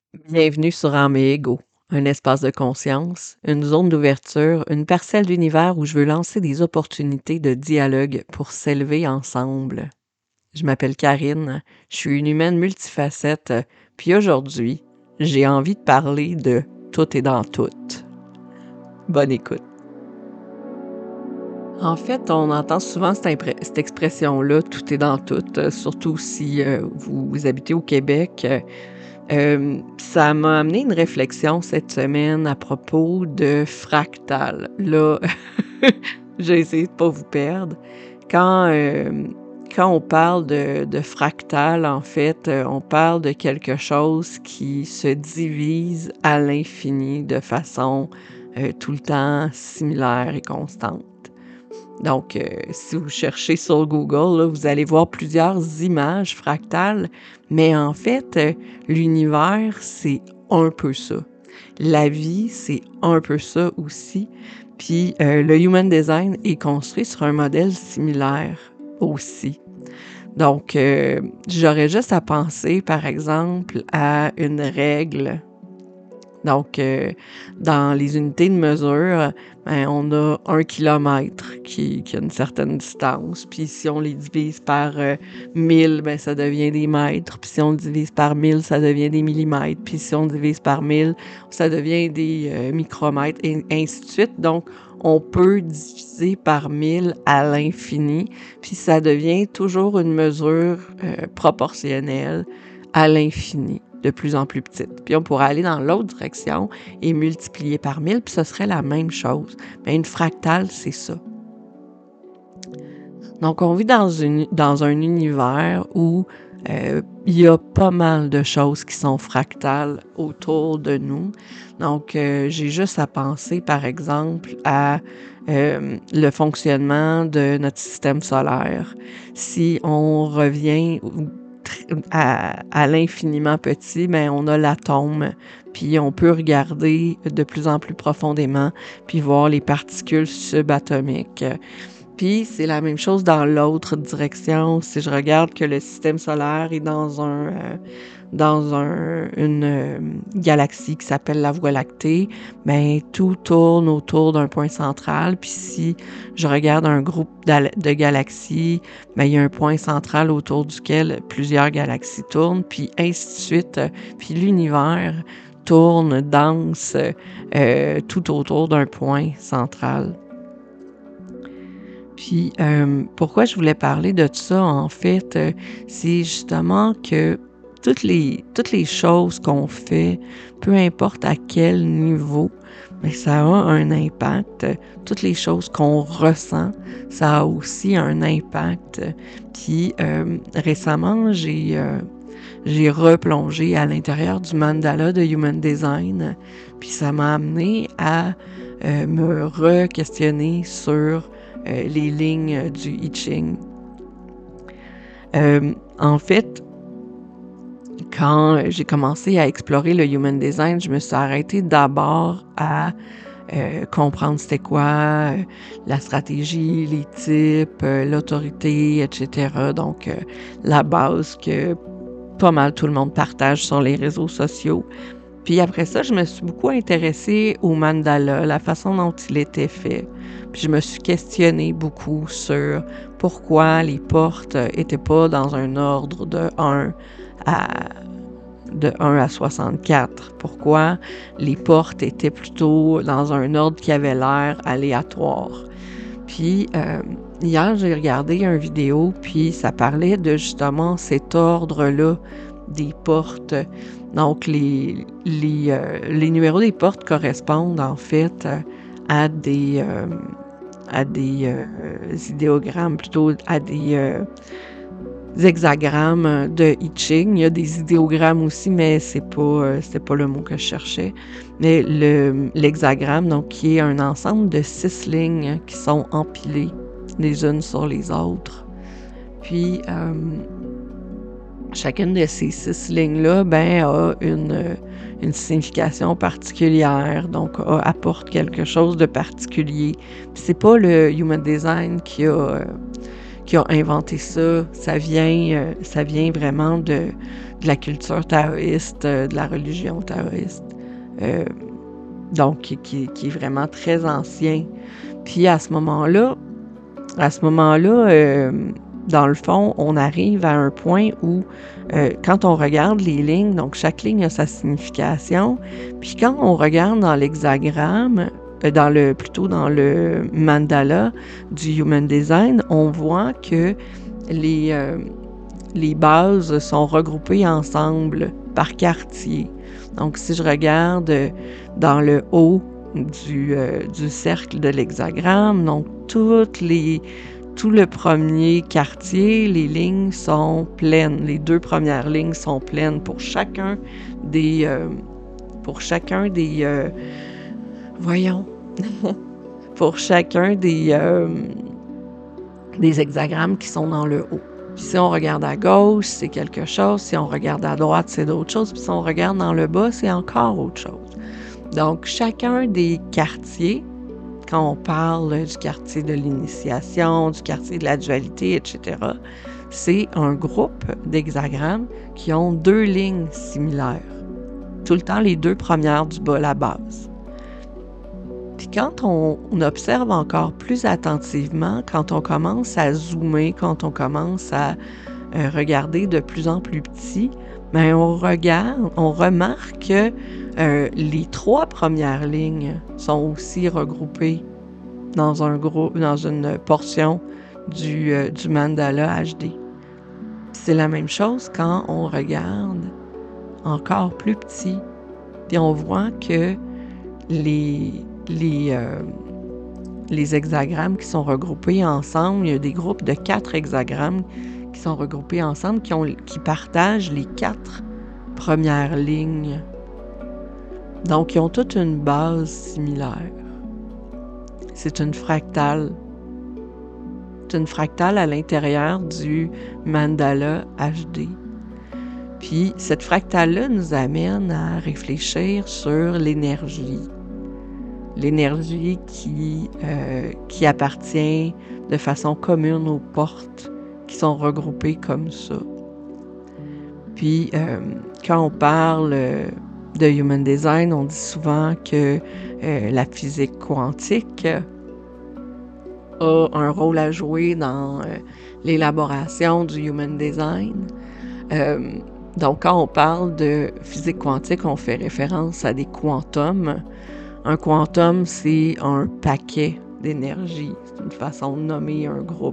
Bienvenue sur Âme et Ego, un espace de conscience, une zone d'ouverture, une parcelle d'univers où je veux lancer des opportunités de dialogue pour s'élever ensemble. Je m'appelle Karine, je suis une humaine multifacette, puis aujourd'hui, j'ai envie de parler de tout et dans tout. Bonne écoute. En fait, on entend souvent cette expression-là, tout est dans tout, surtout si vous habitez au Québec. Ça m'a amené une réflexion cette semaine à propos de fractal. Là, j'ai essayé de pas vous perdre. Quand, quand on parle de fractal, en fait, on parle de quelque chose qui se divise à l'infini de façon, tout le temps similaire et constante. Donc, si vous cherchez sur Google, là, vous allez voir plusieurs images fractales, mais en fait, l'univers, c'est un peu ça. La vie, c'est un peu ça aussi. Puis, le Human Design est construit sur un modèle similaire aussi. Donc, j'aurais juste à penser, par exemple, à une règle. Donc, dans les unités de mesure, ben, on a 1 kilomètre qui a une certaine distance. Puis si on les divise par 1000, ben, ça devient des mètres. Puis si on le divise par 1000, ça devient des millimètres. Puis si on divise par 1000, ça devient des micromètres, et ainsi de suite. Donc, on peut diviser par 1000 à l'infini. Puis ça devient toujours une mesure proportionnelle à l'infini, de plus en plus petite. Puis on pourrait aller dans l'autre direction et multiplier par 1000, puis ce serait la même chose. Mais une fractale, c'est ça. Donc, on vit dans un univers où il y a pas mal de choses qui sont fractales autour de nous. Donc, j'ai juste à penser, par exemple, à le fonctionnement de notre système solaire. Si on revient à l'infiniment petit, ben, on a l'atome, puis on peut regarder de plus en plus profondément, puis voir les particules subatomiques. Puis c'est la même chose dans l'autre direction. Si je regarde que le système solaire est dans une galaxie qui s'appelle la Voie lactée, ben tout tourne autour d'un point central. Puis si je regarde un groupe de galaxies, ben il y a un point central autour duquel plusieurs galaxies tournent, puis ainsi de suite. Puis l'univers tourne, danse tout autour d'un point central. Puis, pourquoi je voulais parler de ça, en fait, c'est justement que toutes les choses qu'on fait, peu importe à quel niveau, mais ça a un impact. Toutes les choses qu'on ressent, ça a aussi un impact. Puis, récemment, j'ai replongé à l'intérieur du mandala de Human Design, puis ça m'a amené à me re-questionner sur les lignes du I Ching. En fait, quand j'ai commencé à explorer le Human Design, je me suis arrêtée d'abord à comprendre c'était quoi la stratégie, les types, l'autorité, etc. Donc, la base que pas mal tout le monde partage sur les réseaux sociaux. Puis après ça, je me suis beaucoup intéressée au mandala, la façon dont il était fait. Puis je me suis questionnée beaucoup sur pourquoi les portes étaient pas dans un ordre de 1 à 64. Pourquoi les portes étaient plutôt dans un ordre qui avait l'air aléatoire. Puis hier, j'ai regardé une vidéo, puis ça parlait de justement cet ordre-là des portes. Donc, les numéros des portes correspondent en fait à des idéogrammes, plutôt à des hexagrammes de I Ching. Il y a des idéogrammes aussi, mais c'était pas le mot que je cherchais. Mais l'hexagramme, donc, qui est un ensemble de 6 lignes qui sont empilées les unes sur les autres. Puis, chacune de ces 6 lignes-là, ben, a une signification particulière, donc apporte quelque chose de particulier. Puis c'est pas le Human Design qui a qui a inventé ça. Ça vient vraiment de la culture taoïste, de la religion taoïste. Donc, qui est vraiment très ancien. Puis à ce moment-là, dans le fond, on arrive à un point où, quand on regarde les lignes, donc chaque ligne a sa signification, puis quand on regarde dans l'hexagramme, plutôt dans le mandala du Human Design, on voit que les bases sont regroupées ensemble par quartier. Donc, si je regarde dans le haut du cercle de l'hexagramme, donc tout le premier quartier, les lignes sont pleines. Les 2 premières lignes sont pleines pour chacun des voyons, pour chacun des hexagrammes qui sont dans le haut. Puis si on regarde à gauche, c'est quelque chose. Si on regarde à droite, c'est d'autres choses. Puis si on regarde dans le bas, c'est encore autre chose. Donc, chacun des quartiers, quand on parle du quartier de l'initiation, du quartier de la dualité, etc., c'est un groupe d'hexagrammes qui ont 2 lignes similaires. Tout le temps, les 2 premières du bas, la base. Puis quand on observe encore plus attentivement, quand on commence à zoomer, quand on commence à regarder de plus en plus petit, bien on remarque que les 3 premières lignes sont aussi regroupées dans une portion du mandala HD. C'est la même chose quand on regarde encore plus petit, puis on voit que les hexagrammes qui sont regroupés ensemble, il y a des groupes de 4 hexagrammes qui sont regroupés ensemble, qui partagent les 4 premières lignes. Donc, ils ont toute une base similaire. C'est une fractale. C'est une fractale à l'intérieur du mandala HD. Puis, cette fractale-là nous amène à réfléchir sur l'énergie. L'énergie qui appartient de façon commune aux portes qui sont regroupées comme ça. Puis, quand on parle de Human Design, on dit souvent que la physique quantique a un rôle à jouer dans l'élaboration du Human Design. Donc, quand on parle de physique quantique, on fait référence à des quantums. Un quantum, c'est un paquet d'énergie. C'est une façon de nommer un groupe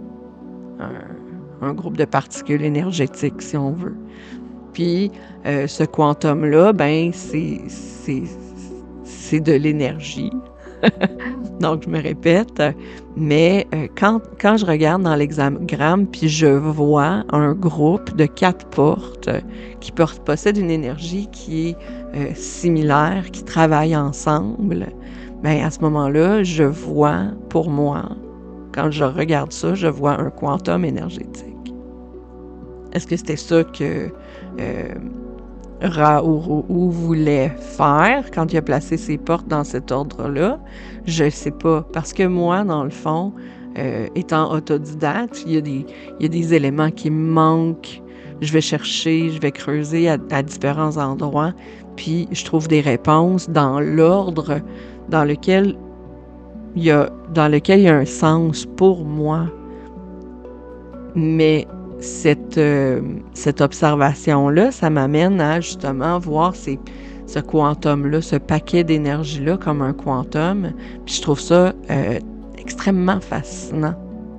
de particules énergétiques, si on veut. Puis, ce quantum-là, ben, c'est de l'énergie. Donc, je me répète, mais quand je regarde dans l'hexagramme, puis je vois un groupe de 4 portes qui possèdent une énergie qui est similaire, qui travaillent ensemble, bien, à ce moment-là, je vois, pour moi, quand je regarde ça, je vois un quantum énergétique. Est-ce que c'était ça que Ra-Uru-U voulait faire quand il a placé ses portes dans cet ordre-là? Je ne sais pas, parce que moi, dans le fond, étant autodidacte, il y a des éléments qui me manquent. Je vais chercher, je vais creuser à différents endroits, puis je trouve des réponses dans l'ordre dans lequel il y a un sens pour moi. Mais cette observation-là, ça m'amène à justement voir ce quantum-là, ce paquet d'énergie-là comme un quantum. Puis je trouve ça extrêmement fascinant.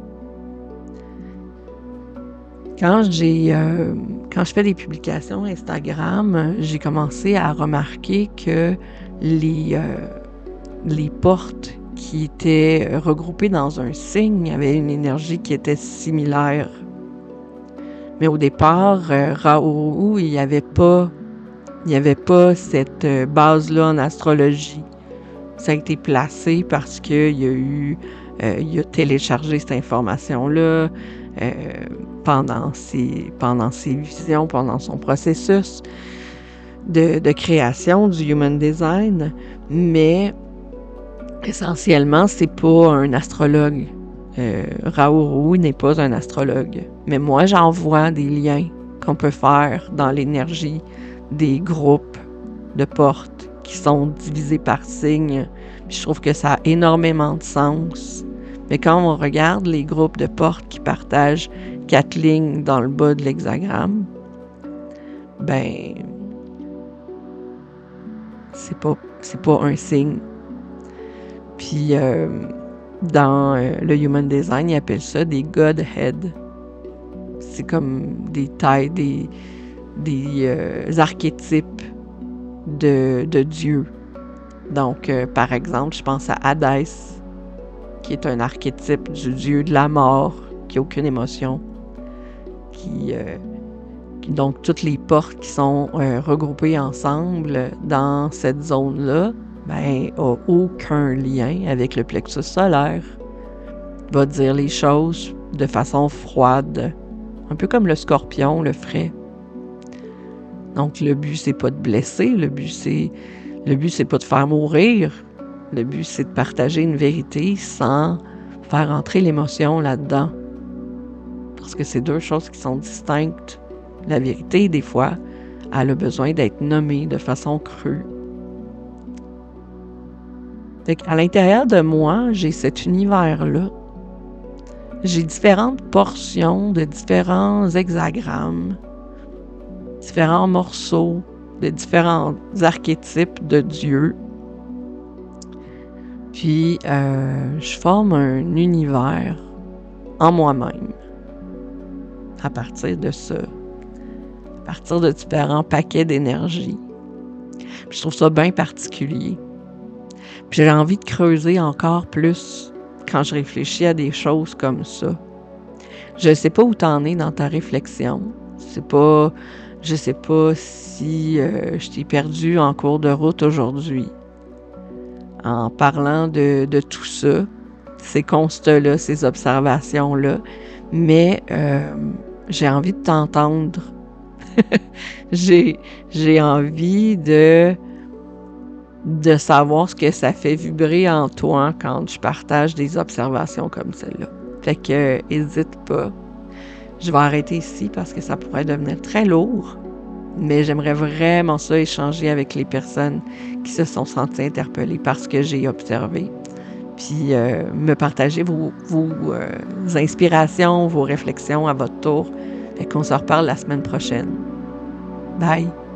Quand je fais des publications Instagram, j'ai commencé à remarquer que les portes qui étaient regroupées dans un signe avaient une énergie qui était similaire. Mais au départ, Ra-Uru-U, il n'y avait pas cette base-là en astrologie. Ça a été placé parce qu'il il a téléchargé cette information-là pendant ses visions, pendant son processus de création du Human Design. Mais essentiellement, c'est pas un astrologue Raoult n'est pas un astrologue, mais moi, j'en vois des liens qu'on peut faire dans l'énergie des groupes de portes qui sont divisés par signes. Puis je trouve que ça a énormément de sens. Mais quand on regarde les groupes de portes qui partagent 4 lignes dans le bas de l'hexagramme, ben, c'est pas un signe. Puis dans le Human Design, ils appellent ça des Godhead. C'est comme des tailles, des archétypes de Dieu. Donc, par exemple, je pense à Hadès, qui est un archétype du dieu de la mort, qui n'a aucune émotion, donc toutes les portes qui sont regroupées ensemble dans cette zone-là, ben, n'a aucun lien avec le plexus solaire. Va dire les choses de façon froide, un peu comme le scorpion le ferait. Donc, le but, c'est pas de blesser, le but, c'est pas de faire mourir. Le but, c'est de partager une vérité sans faire entrer l'émotion là-dedans. Parce que c'est deux choses qui sont distinctes. La vérité, des fois, elle a besoin d'être nommée de façon crue. Fait qu'à l'intérieur de moi, j'ai cet univers-là. J'ai différentes portions de différents hexagrammes, différents morceaux de différents archétypes de Dieu. Puis, je forme un univers en moi-même à partir de ça, à partir de différents paquets d'énergie. Puis je trouve ça bien particulier. Puis j'ai envie de creuser encore plus quand je réfléchis à des choses comme ça. Je sais pas où t'en es dans ta réflexion. Je sais pas si je t'ai perdu en cours de route aujourd'hui. En parlant de tout ça, ces constats-là, ces observations-là, mais j'ai envie de t'entendre. J'ai envie de savoir ce que ça fait vibrer en toi quand je partage des observations comme celle-là. Fait que, hésite pas. Je vais arrêter ici parce que ça pourrait devenir très lourd, mais j'aimerais vraiment ça échanger avec les personnes qui se sont senties interpellées par ce que j'ai observé. Puis me partager vos inspirations, vos réflexions à votre tour. Fait qu'on se reparle la semaine prochaine. Bye!